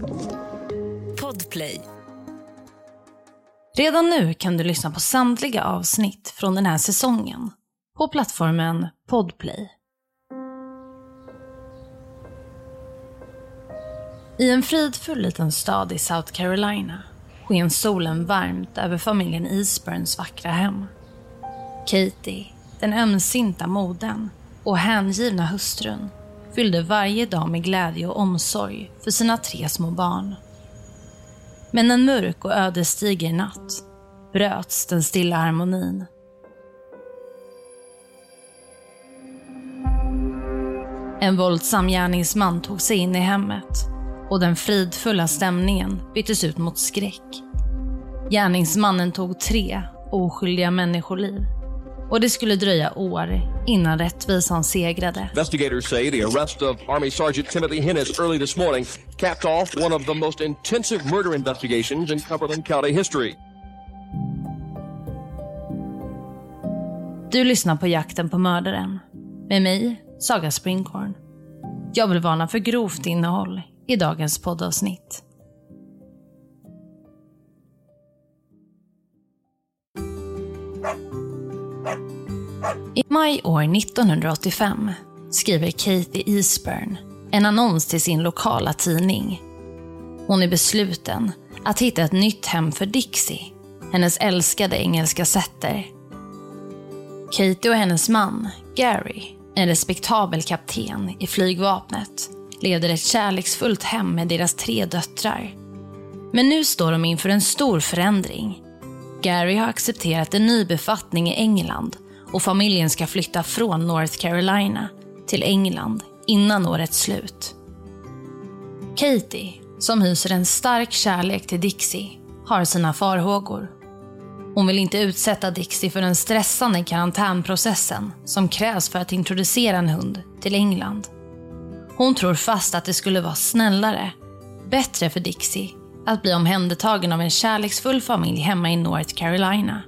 Podplay. Redan nu kan du lyssna på samtliga avsnitt från den här säsongen på plattformen Podplay. I en fridfull liten stad i South Carolina sken solen varmt över familjen Eastburns vackra hem. Katie, den ömsinta modern och hängivna hustrun, fyllde varje dag med glädje och omsorg för sina 3 små barn. Men en mörk och ödesdiger natt bröts den stilla harmonin. En våldsam gärningsman tog sig in i hemmet och den fridfulla stämningen byttes ut mot skräck. Gärningsmannen tog 3 oskyldiga människoliv och det skulle dröja år innan rättvisan segrade. Investigators say the arrest of Army Sergeant Timothy Hinnis early this morning capped off one of the most intensive murder investigations in Cumberland County history. Du lyssnar på Jakten på mördaren med mig, Saga Springhorn. Jag vill varna för grovt innehåll i dagens poddavsnitt. I maj år 1985 skriver Katie Eastburn en annons till sin lokala tidning. Hon är besluten att hitta ett nytt hem för Dixie, hennes älskade engelska setter. Katie och hennes man, Gary, en respektabel kapten i flygvapnet, levde ett kärleksfullt hem med deras 3 döttrar. Men nu står de inför en stor förändring. Gary har accepterat en ny befattning i England och familjen ska flytta från North Carolina till England innan årets slut. Katie, som hyser en stark kärlek till Dixie, har sina farhågor. Hon vill inte utsätta Dixie för den stressande karantänprocessen som krävs för att introducera en hund till England. Hon tror fast att det skulle vara snällare, bättre för Dixie att bli omhändertagen av en kärleksfull familj hemma i North Carolina.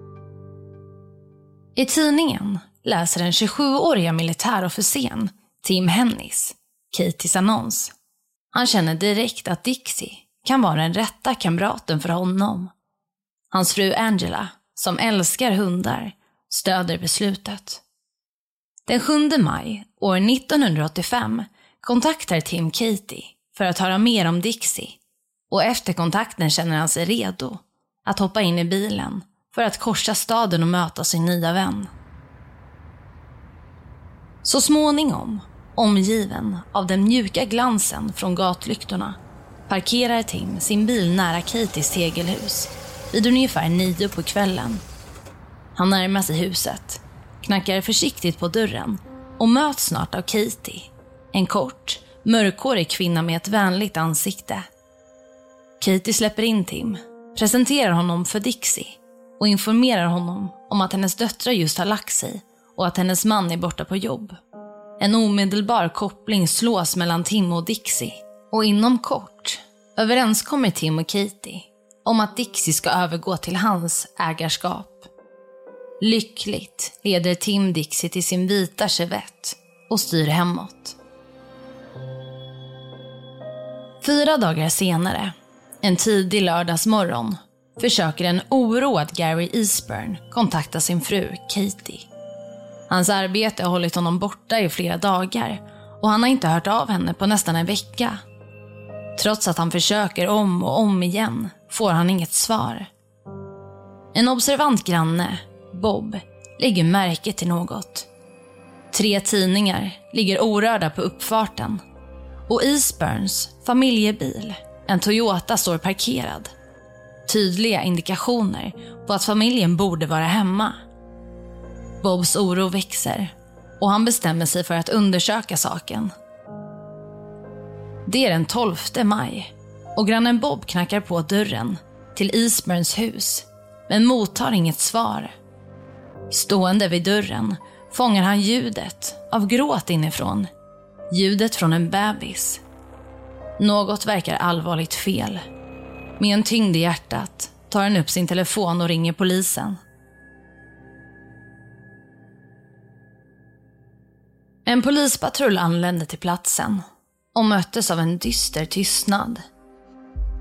I tidningen läser den 27-åriga militärofficeren Tim Hennis Katies annons. Han känner direkt att Dixie kan vara den rätta kamraten för honom. Hans fru Angela, som älskar hundar, stöder beslutet. Den 7 maj år 1985 kontaktar Tim Katie för att höra mer om Dixie, och efter kontakten känner han sig redo att hoppa in i bilen för att korsa staden och möta sin nya vän. Så småningom, omgiven av den mjuka glansen från gatlyktorna, parkerar Tim sin bil nära Katies tegelhus vid ungefär 9 på kvällen. Han närmar sig huset, knackar försiktigt på dörren och möts snart av Katie, en kort, mörkhårig kvinna med ett vänligt ansikte. Katie släpper in Tim, presenterar honom för Dixie och informerar honom om att hennes döttrar just har lagt sig och att hennes man är borta på jobb. En omedelbar koppling slås mellan Tim och Dixie, och inom kort överenskommer Tim och Katie om att Dixie ska övergå till hans ägarskap. Lyckligt leder Tim Dixie till sin vita Chevette och styr hemåt. 4 dagar senare, en tidig lördagsmorgon, försöker en oroad Gary Eastburn kontakta sin fru Katie. Hans arbete har hållit honom borta i flera dagar och han har inte hört av henne på nästan en vecka. Trots att han försöker om och om igen får han inget svar. En observant granne, Bob, lägger märke till något. 3 tidningar ligger orörda på uppfarten och Eastburns familjebil, en Toyota, står parkerad. Tydliga indikationer på att familjen borde vara hemma. Bobs oro växer och han bestämmer sig för att undersöka saken. Det är den 12 maj och grannen Bob knackar på dörren till Eastburns hus men mottar inget svar. Stående vid dörren fångar han ljudet av gråt inifrån. Ljudet från en bebis. Något verkar allvarligt fel. Med en tyngd i hjärtat tar han upp sin telefon och ringer polisen. En polispatrull anlände till platsen och möttes av en dyster tystnad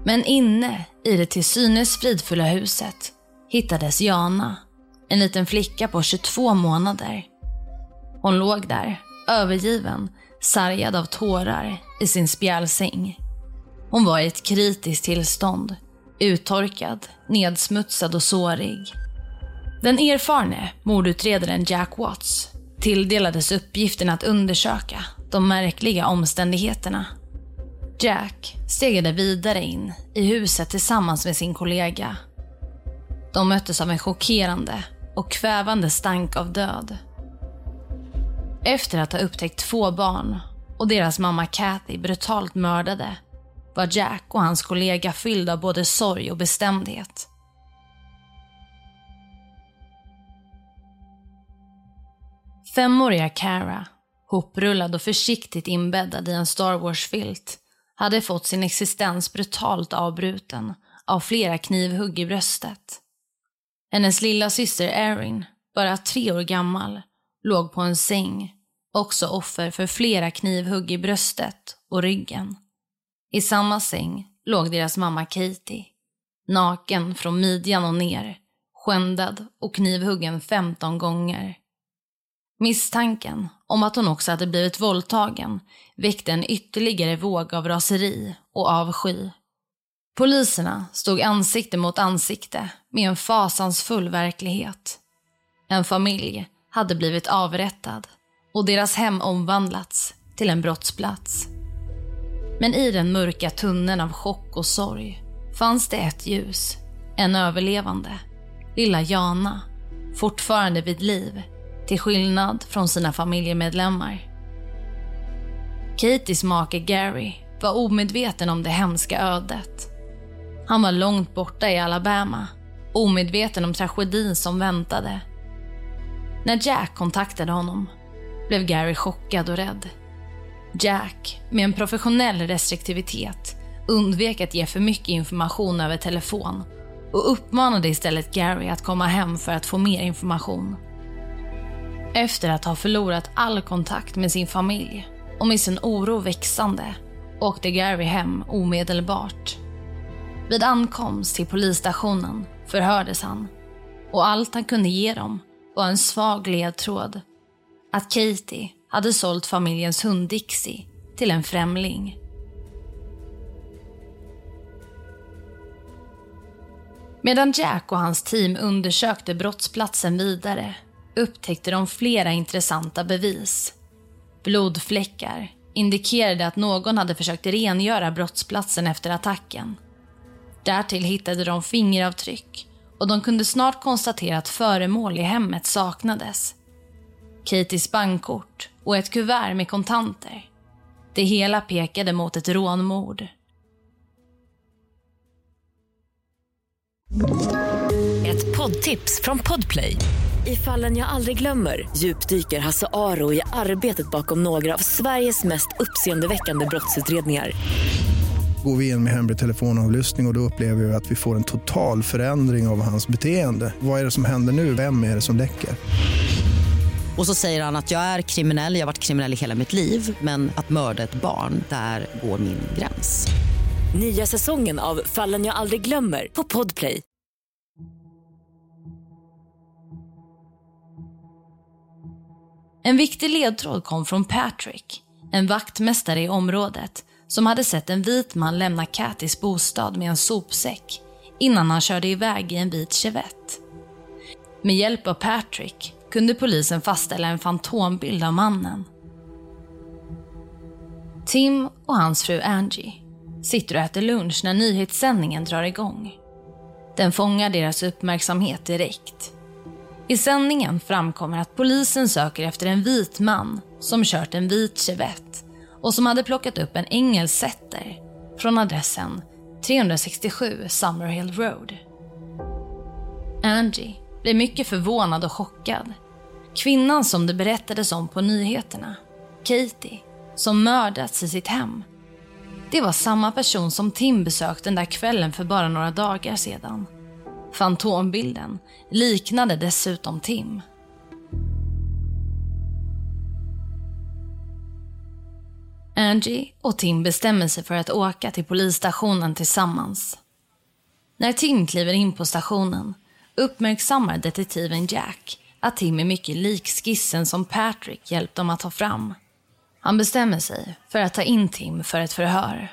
Men inne i det till synes fridfulla huset hittades Jana, en liten flicka på 22 månader. Hon låg där, övergiven, sargad av tårar i sin spjälsäng. Hon var i ett kritiskt tillstånd, uttorkad, nedsmutsad och sårig. Den erfarne mordutredaren Jack Watts tilldelades uppgiften att undersöka de märkliga omständigheterna. Jack stegade vidare in i huset tillsammans med sin kollega. De möttes av en chockerande och kvävande stank av död. Efter att ha upptäckt 2 barn och deras mamma Kathy brutalt mördade var Jack och hans kollega fyllda av både sorg och bestämdhet. Femåriga Cara, hoprullad och försiktigt inbäddad i en Star Wars-filt, hade fått sin existens brutalt avbruten av flera knivhugg i bröstet. Hennes lilla syster Erin, bara 3 år gammal, låg på en säng, också offer för flera knivhugg i bröstet och ryggen. I samma säng låg deras mamma Katie, naken från midjan och ner, skändad och knivhuggen 15 gånger. Misstanken om att hon också hade blivit våldtagen väckte en ytterligare våg av raseri och avsky. Poliserna stod ansikte mot ansikte med en fasansfull verklighet. En familj hade blivit avrättad och deras hem omvandlats till en brottsplats. Men i den mörka tunneln av chock och sorg fanns det ett ljus, en överlevande, lilla Jana, fortfarande vid liv, till skillnad från sina familjemedlemmar. Katies make Gary var omedveten om det hemska ödet. Han var långt borta i Alabama, omedveten om tragedin som väntade. När Jack kontaktade honom blev Gary chockad och rädd. Jack, med en professionell restriktivitet, undvek att ge för mycket information över telefon och uppmanade istället Gary att komma hem för att få mer information. Efter att ha förlorat all kontakt med sin familj och med sin oro växande åkte Gary hem omedelbart. Vid ankomst till polisstationen förhördes han och allt han kunde ge dem var en svag ledtråd: att Katie hade sålt familjens hund Dixie till en främling. Medan Jack och hans team undersökte brottsplatsen vidare upptäckte de flera intressanta bevis. Blodfläckar indikerade att någon hade försökt rengöra brottsplatsen efter attacken. Därtill hittade de fingeravtryck och de kunde snart konstatera att föremål i hemmet saknades. Katies bankkort och ett kuvert med kontanter. Det hela pekade mot ett rånmord. Ett poddtips från Podplay. I Fallen jag aldrig glömmer djupdyker Hasse Aro i arbetet bakom några av Sveriges mest uppseendeväckande brottsutredningar. Går vi in med hemlig telefonavlyssning och då upplever vi att vi får en total förändring av hans beteende. Vad är det som händer nu? Vem är det som läcker? Och så säger han att jag är kriminell, jag har varit kriminell i hela mitt liv. Men att mörda ett barn, där går min gräns. Nya säsongen av Fallen jag aldrig glömmer på Podplay. En viktig ledtråd kom från Patrick, en vaktmästare i området som hade sett en vit man lämna Katies bostad med en sopsäck innan han körde iväg i en vit Chevette. Med hjälp av Patrick kunde polisen fastställa en fantombild av mannen. Tim och hans fru Angie sitter och äter lunch när nyhetssändningen drar igång. Den fångar deras uppmärksamhet direkt. I sändningen framkommer att polisen söker efter en vit man som kört en vit Chevette och som hade plockat upp en engelsk setter från adressen 367 Summerhill Road. Angie blev mycket förvånad och chockad. Kvinnan som det berättades om på nyheterna, Katie, som mördats i sitt hem. Det var samma person som Tim besökte den där kvällen för bara några dagar sedan. Fantombilden liknade dessutom Tim. Angie och Tim bestämmer sig för att åka till polisstationen tillsammans. När Tim kliver in på stationen uppmärksammar detektiven Jack att Tim är mycket lik skissen som Patrick hjälpt dem att ta fram. Han bestämmer sig för att ta in Tim för ett förhör.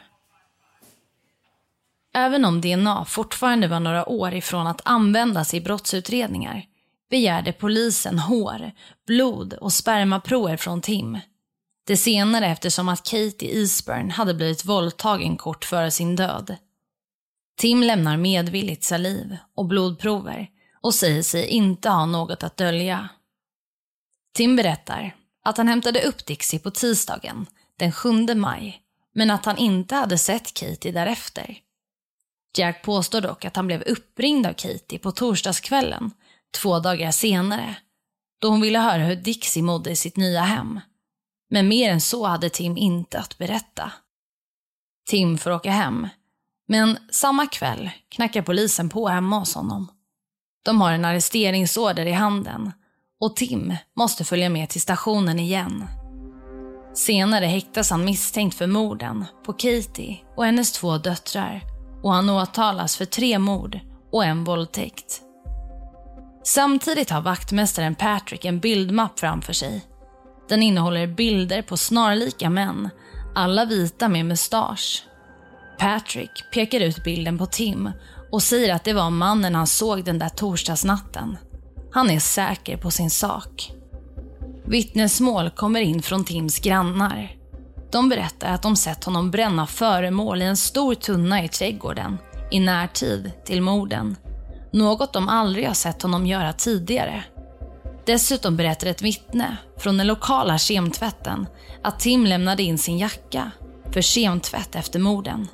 Även om DNA fortfarande var några år ifrån att användas i brottsutredningar begärde polisen hår, blod och spermaprover från Tim. Det senare eftersom att Katie Eastburn hade blivit våldtagen kort före sin död. Tim lämnar medvilligt saliv och blodprover och säger sig inte ha något att dölja. Tim berättar att han hämtade upp Dixie på tisdagen, den 7 maj, men att han inte hade sett Katie därefter. Jack påstår dock att han blev uppringd av Katie på torsdagskvällen, 2 dagar senare, då hon ville höra hur Dixie mådde i sitt nya hem. Men mer än så hade Tim inte att berätta. Tim får åka hem, men samma kväll knackar polisen på hemma hos honom. De har en arresteringsorder i handen och Tim måste följa med till stationen igen. Senare häktas han misstänkt för morden på Katie och hennes 2 döttrar och han åtalas för 3 mord och 1 våldtäkt. Samtidigt har vaktmästaren Patrick en bildmapp framför sig. Den innehåller bilder på snarlika män, alla vita med mustasch. Patrick pekar ut bilden på Tim och säger att det var mannen han såg den där torsdagsnatten. Han är säker på sin sak. Vittnesmål kommer in från Tims grannar. De berättar att de sett honom bränna föremål i en stor tunna i trädgården i närtid till morden. Något de aldrig har sett honom göra tidigare. Dessutom berättar ett vittne från den lokala kemtvätten att Tim lämnade in sin jacka för kemtvätt efter morden.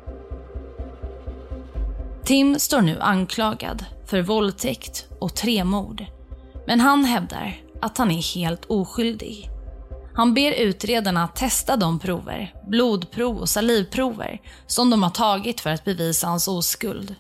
Tim står nu anklagad för våldtäkt och 3 mord. Men han hävdar att han är helt oskyldig. Han ber utredarna att testa de prover, blodprov och salivprover som de har tagit för att bevisa hans oskuld.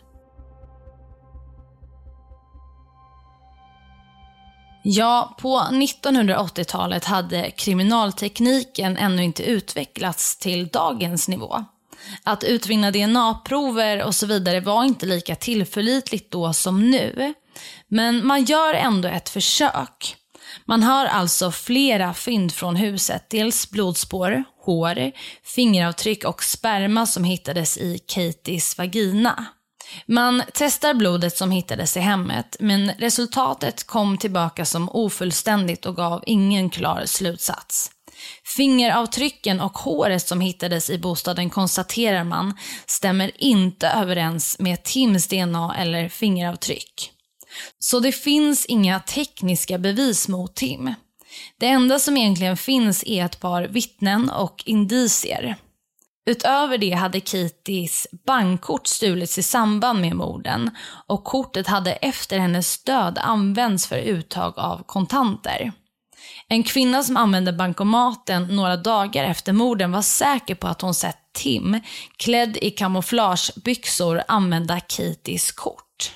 Ja, på 1980-talet hade kriminaltekniken ännu inte utvecklats till dagens nivå. Att utvinna DNA-prover och så vidare var inte lika tillförlitligt då som nu. Men man gör ändå ett försök. Man har alltså flera fynd från huset. Dels blodspår, hår, fingeravtryck och sperma som hittades i Katies vagina. Man testar blodet som hittades i hemmet, men resultatet kom tillbaka som ofullständigt och gav ingen klar slutsats. Fingeravtrycken och håret som hittades i bostaden konstaterar man stämmer inte överens med Tims DNA eller fingeravtryck. Så det finns inga tekniska bevis mot Tim. Det enda som egentligen finns är ett par vittnen och indicier. Utöver det hade Katies bankkort stulits i samband med morden och kortet hade efter hennes död använts för uttag av kontanter. En kvinna som använde bankomaten några dagar efter morden var säker på att hon sett Tim klädd i kamouflagebyxor använda Katies kort.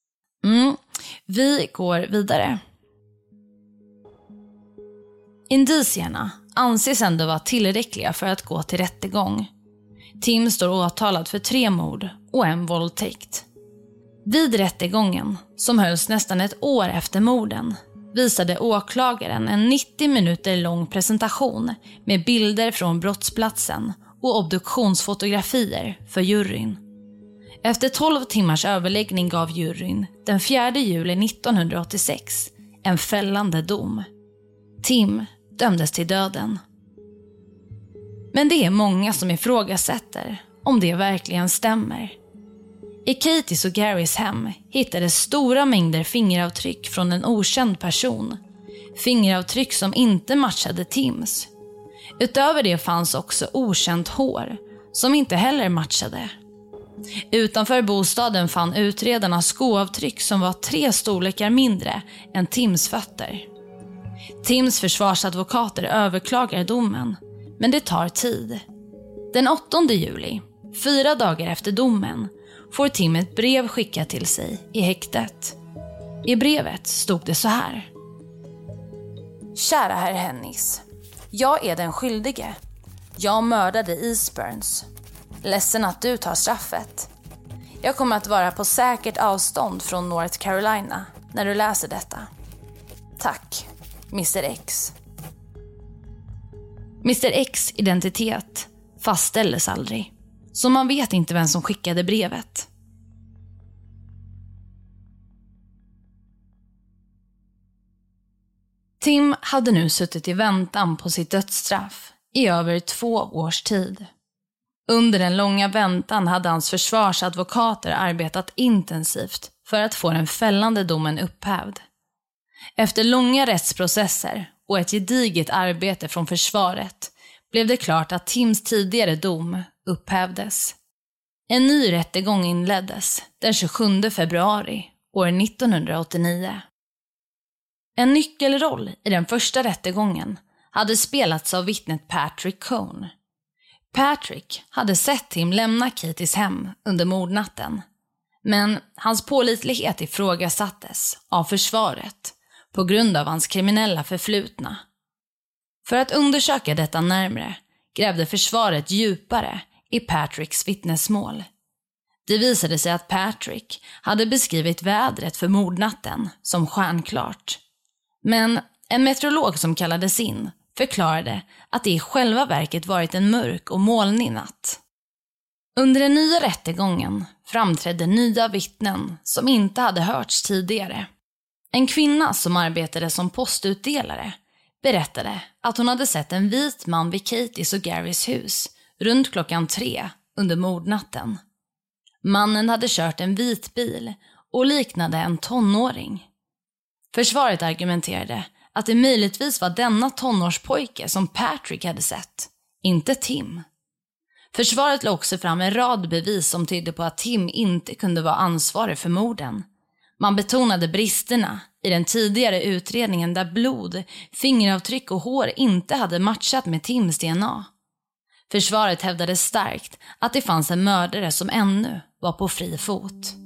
Vi går vidare. Indicierna anses ändå vara tillräckliga för att gå till rättegång. Tim står åtalad för 3 mord och 1 våldtäkt. Vid rättegången, som hölls nästan ett år efter morden, visade åklagaren en 90 minuter lång presentation med bilder från brottsplatsen och obduktionsfotografier för juryn. Efter 12 timmars överläggning gav juryn den 4 juli 1986 en fällande dom. Tim dömdes till döden. Men det är många som ifrågasätter om det verkligen stämmer. I Katies och Garys hem hittades stora mängder fingeravtryck från en okänd person. Fingeravtryck som inte matchade Tims. Utöver det fanns också okänt hår som inte heller matchade. Utanför bostaden fann utredarna skoavtryck som var 3 storlekar mindre än Tims fötter. Tims försvarsadvokater överklagar domen, men det tar tid. Den 8 juli, 4 dagar efter domen, får Tim ett brev skickat till sig i häktet. I brevet stod det så här: Kära herr Hennis, jag är den skyldige. Jag mördade Eastburns. Ledsen att du tar straffet. Jag kommer att vara på säkert avstånd från North Carolina när du läser detta. Tack, Mr. X. Mr. X identitet fastställdes aldrig, så man vet inte vem som skickade brevet. Tim hade nu suttit i väntan på sitt dödsstraff i över 2 års tid. Under den långa väntan hade hans försvarsadvokater arbetat intensivt för att få den fällande domen upphävd. Efter långa rättsprocesser och ett gediget arbete från försvaret blev det klart att Tims tidigare dom upphävdes. En ny rättegång inleddes den 27 februari år 1989. En nyckelroll i den första rättegången hade spelats av vittnet Patrick Cohn. Patrick hade sett Tim lämna Katies hem under mordnatten, men hans pålitlighet ifrågasattes av försvaret på grund av hans kriminella förflutna. För att undersöka detta närmare grävde försvaret djupare i Patricks vittnesmål. Det visade sig att Patrick hade beskrivit vädret för mordnatten som stjärnklart. Men en meteorolog som kallades in förklarade att det i själva verket varit en mörk och molnig natt. Under den nya rättegången framträdde nya vittnen som inte hade hörts tidigare. En kvinna som arbetade som postutdelare berättade att hon hade sett en vit man vid Katies och Garys hus runt klockan 3 under mordnatten. Mannen hade kört en vit bil och liknade en tonåring. Försvaret argumenterade att det möjligtvis var denna tonårspojke som Patrick hade sett, inte Tim. Försvaret la också fram en rad bevis som tydde på att Tim inte kunde vara ansvarig för morden. Man betonade bristerna i den tidigare utredningen där blod, fingeravtryck och hår inte hade matchat med Tims DNA. Försvaret hävdade starkt att det fanns en mördare som ännu var på fri fot.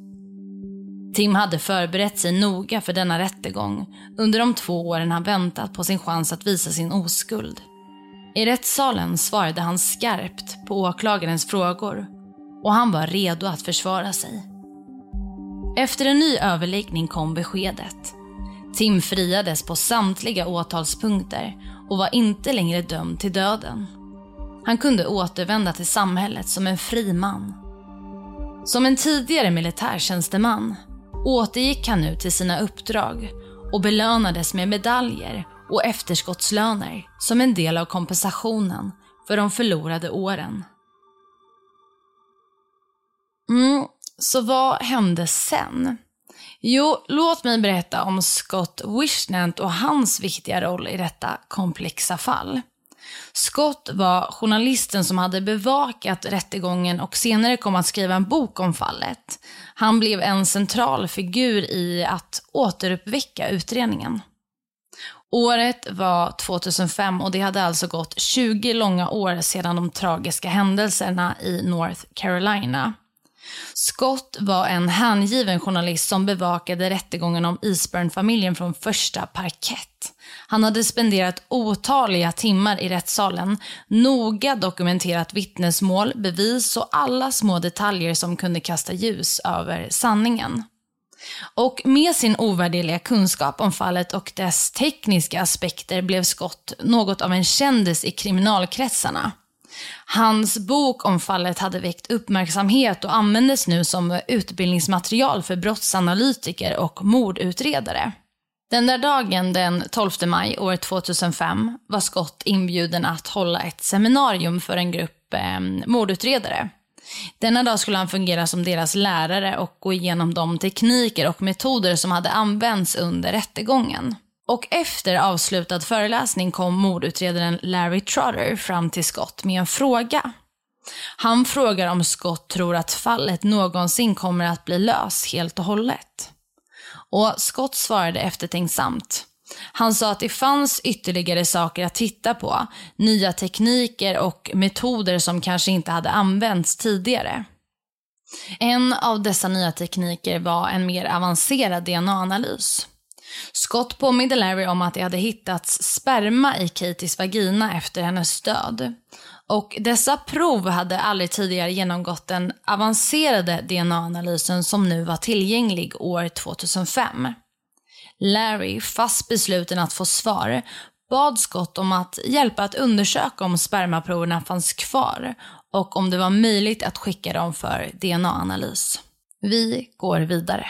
Tim hade förberett sig noga för denna rättegång under de 2 åren han väntat på sin chans att visa sin oskuld. I rättssalen svarade han skarpt på åklagarens frågor och han var redo att försvara sig. Efter en ny överläggning kom beskedet. Tim friades på samtliga åtalspunkter och var inte längre dömd till döden. Han kunde återvända till samhället som en fri man. Som en tidigare militärtjänsteman återgick han nu till sina uppdrag och belönades med medaljer och efterskottslöner som en del av kompensationen för de förlorade åren. Så vad hände sen? Jo, låt mig berätta om Scott Wishnant och hans viktiga roll i detta komplexa fall. Scott var journalisten som hade bevakat rättegången och senare kom att skriva en bok om fallet. Han blev en central figur i att återuppväcka utredningen. Året var 2005 och det hade alltså gått 20 långa år sedan de tragiska händelserna i North Carolina. Scott var en hängiven journalist som bevakade rättegången om Eastburn-familjen från första parkett. Han hade spenderat otaliga timmar i rättssalen, noga dokumenterat vittnesmål, bevis och alla små detaljer som kunde kasta ljus över sanningen. Och med sin ovärderliga kunskap om fallet och dess tekniska aspekter blev Scott något av en kändis i kriminalkretsarna. Hans bok om fallet hade väckt uppmärksamhet och användes nu som utbildningsmaterial för brottsanalytiker och mordutredare. Den där dagen, den 12 maj år 2005, var Scott inbjuden att hålla ett seminarium för en grupp mordutredare. Denna dag skulle han fungera som deras lärare och gå igenom de tekniker och metoder som hade använts under rättegången. Och efter avslutad föreläsning kom mordutredaren Larry Trotter fram till Scott med en fråga. Han frågar om Scott tror att fallet någonsin kommer att bli lös helt och hållet. Och Scott svarade eftertänksamt. Han sa att det fanns ytterligare saker att titta på, nya tekniker och metoder som kanske inte hade använts tidigare. En av dessa nya tekniker var en mer avancerad DNA-analys. Scott påminde Larry om att det hade hittats sperma i Katies vagina efter hennes död. Och dessa prov hade aldrig tidigare genomgått den avancerade DNA-analysen som nu var tillgänglig år 2005. Larry, fast besluten att få svar, bad Scott om att hjälpa att undersöka om spermaproverna fanns kvar och om det var möjligt att skicka dem för DNA-analys. Vi går vidare.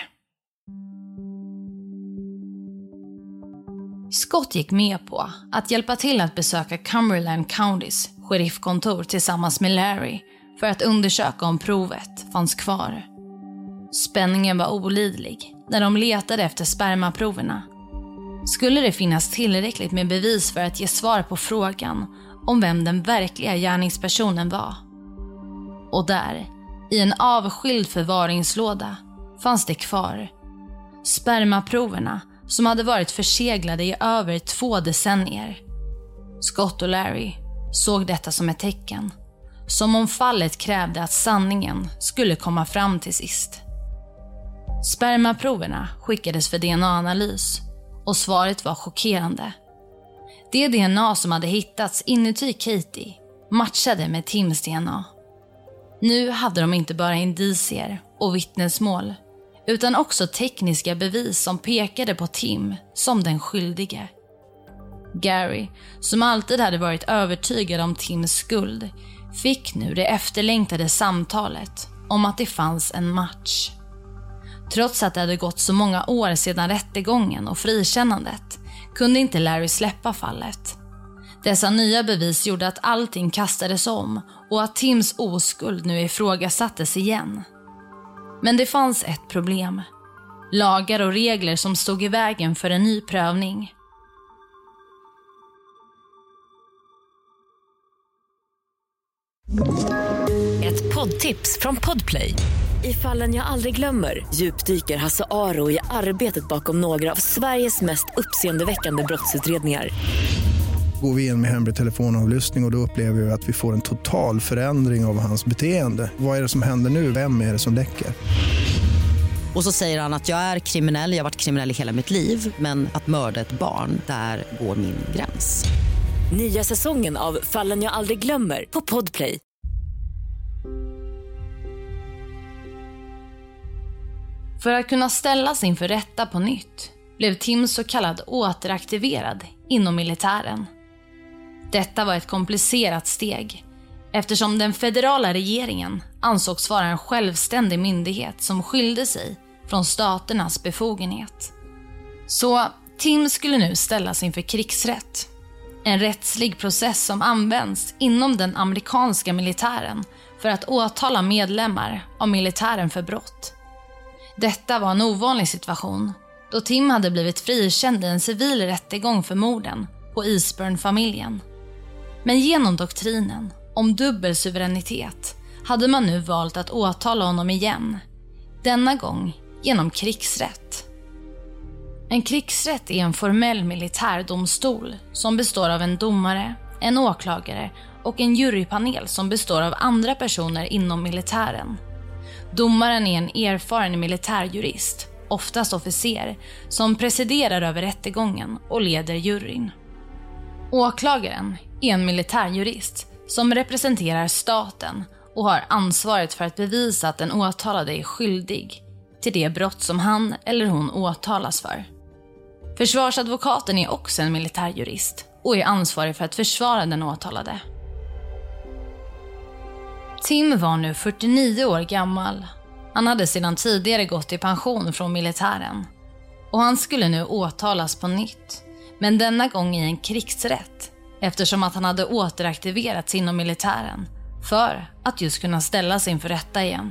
Scott gick med på att hjälpa till att besöka Cumberland Countys sheriffkontor tillsammans med Larry för att undersöka om provet fanns kvar. Spänningen var olidlig när de letade efter spermaproverna. Skulle det finnas tillräckligt med bevis för att ge svar på frågan om vem den verkliga gärningspersonen var? Och där, i en avskild förvaringslåda, fanns det kvar. Spermaproverna som hade varit förseglade i över 2 decennier. Scott och Larry såg detta som ett tecken. Som om fallet krävde att sanningen skulle komma fram till sist. Spermaproverna skickades för DNA-analys och svaret var chockerande. Det DNA som hade hittats inuti Katie matchade med Tims DNA. Nu hade de inte bara indicier och vittnesmål utan också tekniska bevis som pekade på Tim som den skyldige. Gary, som alltid hade varit övertygad om Tims skuld, fick nu det efterlängtade samtalet om att det fanns en match. Trots att det hade gått så många år sedan rättegången och frikännandet kunde inte Larry släppa fallet. Dessa nya bevis gjorde att allting kastades om och att Tims oskuld nu ifrågasattes igen. Men det fanns ett problem. Lagar och regler som stod i vägen för en ny prövning. Ett poddtips från Podplay. I Fallen jag aldrig glömmer djupdyker Hasse Aro i arbetet bakom några av Sveriges mest uppseendeväckande brottsutredningar. Går vi in med hemlig telefonavlyssning och då upplever vi att vi får en total förändring av hans beteende. Vad är det som händer nu? Vem är det som läcker? Och så säger han att jag är kriminell, jag har varit kriminell i hela mitt liv. Men att mörda ett barn, där går min gräns. Nya säsongen av Fallen jag aldrig glömmer på Podplay. För att kunna ställas inför rätta på nytt blev Tim så kallad återaktiverad inom militären. Detta var ett komplicerat steg eftersom den federala regeringen ansågs vara en självständig myndighet som skilde sig från staternas befogenhet. Så Tim skulle nu ställas inför krigsrätt. En rättslig process som används inom den amerikanska militären för att åtala medlemmar av militären för brott. Detta var en ovanlig situation då Tim hade blivit frikänd i en civil rättegång för morden på Eastburn-familjen. Men genom doktrinen om dubbel suveränitet hade man nu valt att åtala honom igen. Denna gång genom krigsrätt. En krigsrätt är en formell militärdomstol som består av en domare, en åklagare och en jurypanel som består av andra personer inom militären. Domaren är en erfaren militärjurist, oftast officer, som presiderar över rättegången och leder juryn. Åklagaren är en militärjurist som representerar staten och har ansvaret för att bevisa att den åtalade är skyldig till det brott som han eller hon åtalas för. Försvarsadvokaten är också en militärjurist och är ansvarig för att försvara den åtalade. Tim var nu 49 år gammal. Han hade sedan tidigare gått i pension från militären. Och han skulle nu åtalas på nytt. Men denna gång i en krigsrätt. Eftersom att han hade återaktiverats inom militären. För att just kunna ställa sig inför rätta igen.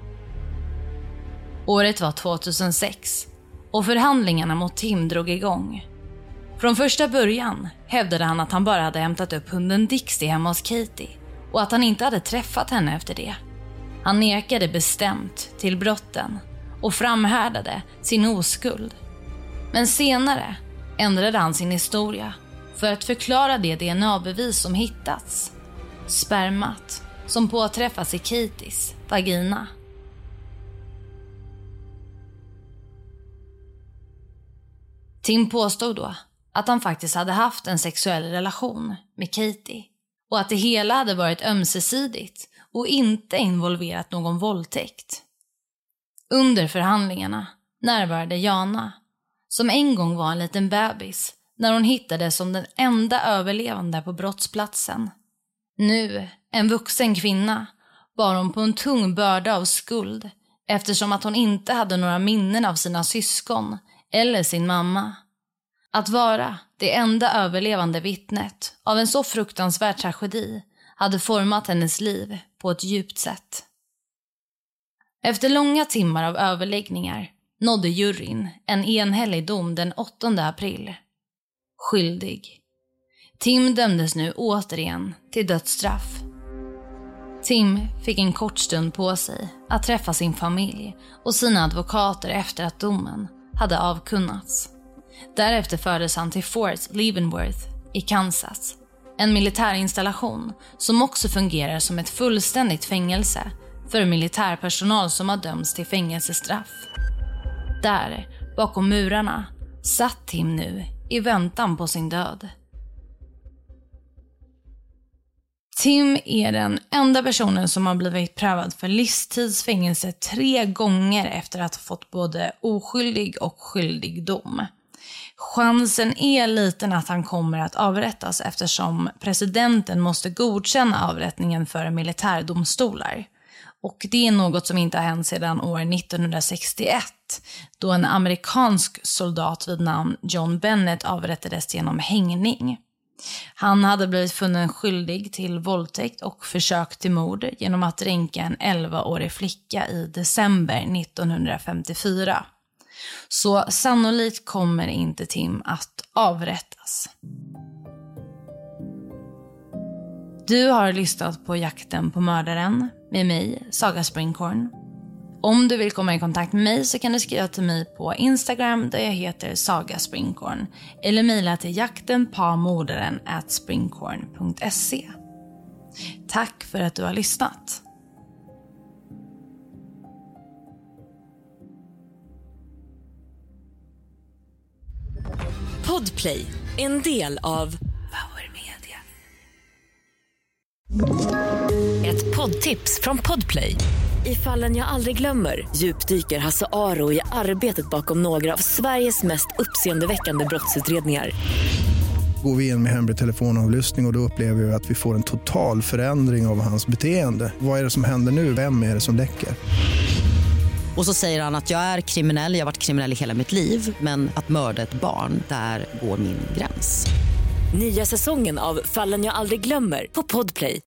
Året var 2006. Och förhandlingarna mot Tim drog igång. Från första början hävdade han att han bara hade hämtat upp hunden Dixie hemma hos Katie. Och att han inte hade träffat henne efter det. Han nekade bestämt till brotten och framhärdade sin oskuld. Men senare ändrade han sin historia för att förklara det DNA-bevis som hittats. Spermat som påträffas i Katies vagina. Tim påstod då att han faktiskt hade haft en sexuell relation med Katie och att det hela hade varit ömsesidigt och inte involverat någon våldtäkt. Under förhandlingarna närvarade Jana, som en gång var en liten bebis, när hon hittades som den enda överlevande på brottsplatsen. Nu, en vuxen kvinna, bar hon på en tung börda av skuld eftersom att hon inte hade några minnen av sina syskon eller sin mamma. Att vara det enda överlevande vittnet av en så fruktansvärd tragedi hade format hennes liv på ett djupt sätt. Efter långa timmar av överläggningar nådde juryn en enhällig dom den 8 april. Skyldig. Tim dömdes nu återigen till dödsstraff. Tim fick en kort stund på sig att träffa sin familj och sina advokater efter att domen hade avkunnats. Därefter fördes han till Fort Leavenworth i Kansas, en militärinstallation som också fungerar som ett fullständigt fängelse för militärpersonal som har dömts till fängelsestraff. Där, bakom murarna, satt Tim nu i väntan på sin död. Tim är den enda personen som har blivit prövad för livstidsfängelse 3 gånger efter att ha fått både oskyldig och skyldig dom. Chansen är liten att han kommer att avrättas eftersom presidenten måste godkänna avrättningen för militärdomstolar. Och det är något som inte har hänt sedan år 1961, då en amerikansk soldat vid namn John Bennett avrättades genom hängning. Han hade blivit funnen skyldig till våldtäkt och försök till mord genom att dränka en 11-årig flicka i december 1954. Så sannolikt kommer inte Tim att avrättas. Du har lyssnat på Jakten på mördaren med mig, Saga Springhorn. Om du vill komma i kontakt med mig så kan du skriva till mig på Instagram där jag heter Saga Springhorn eller mejla till jaktenpamordaren@springhorn.se. Tack för att du har lyssnat. Podplay, en del av Power Media. ett poddtips från Podplay. I Fallen jag aldrig glömmer djupdyker Hasse Aro i arbetet bakom några av Sveriges mest uppseendeväckande brottsutredningar. Går vi in med hemlig telefonavlyssning och då upplever vi att vi får en total förändring av hans beteende. Vad är det som händer nu? Vem är det som läcker? Och så säger han att jag är kriminell, jag har varit kriminell i hela mitt liv. Men att mörda ett barn, där går min gräns. Nya säsongen av Fallen jag aldrig glömmer på Podplay.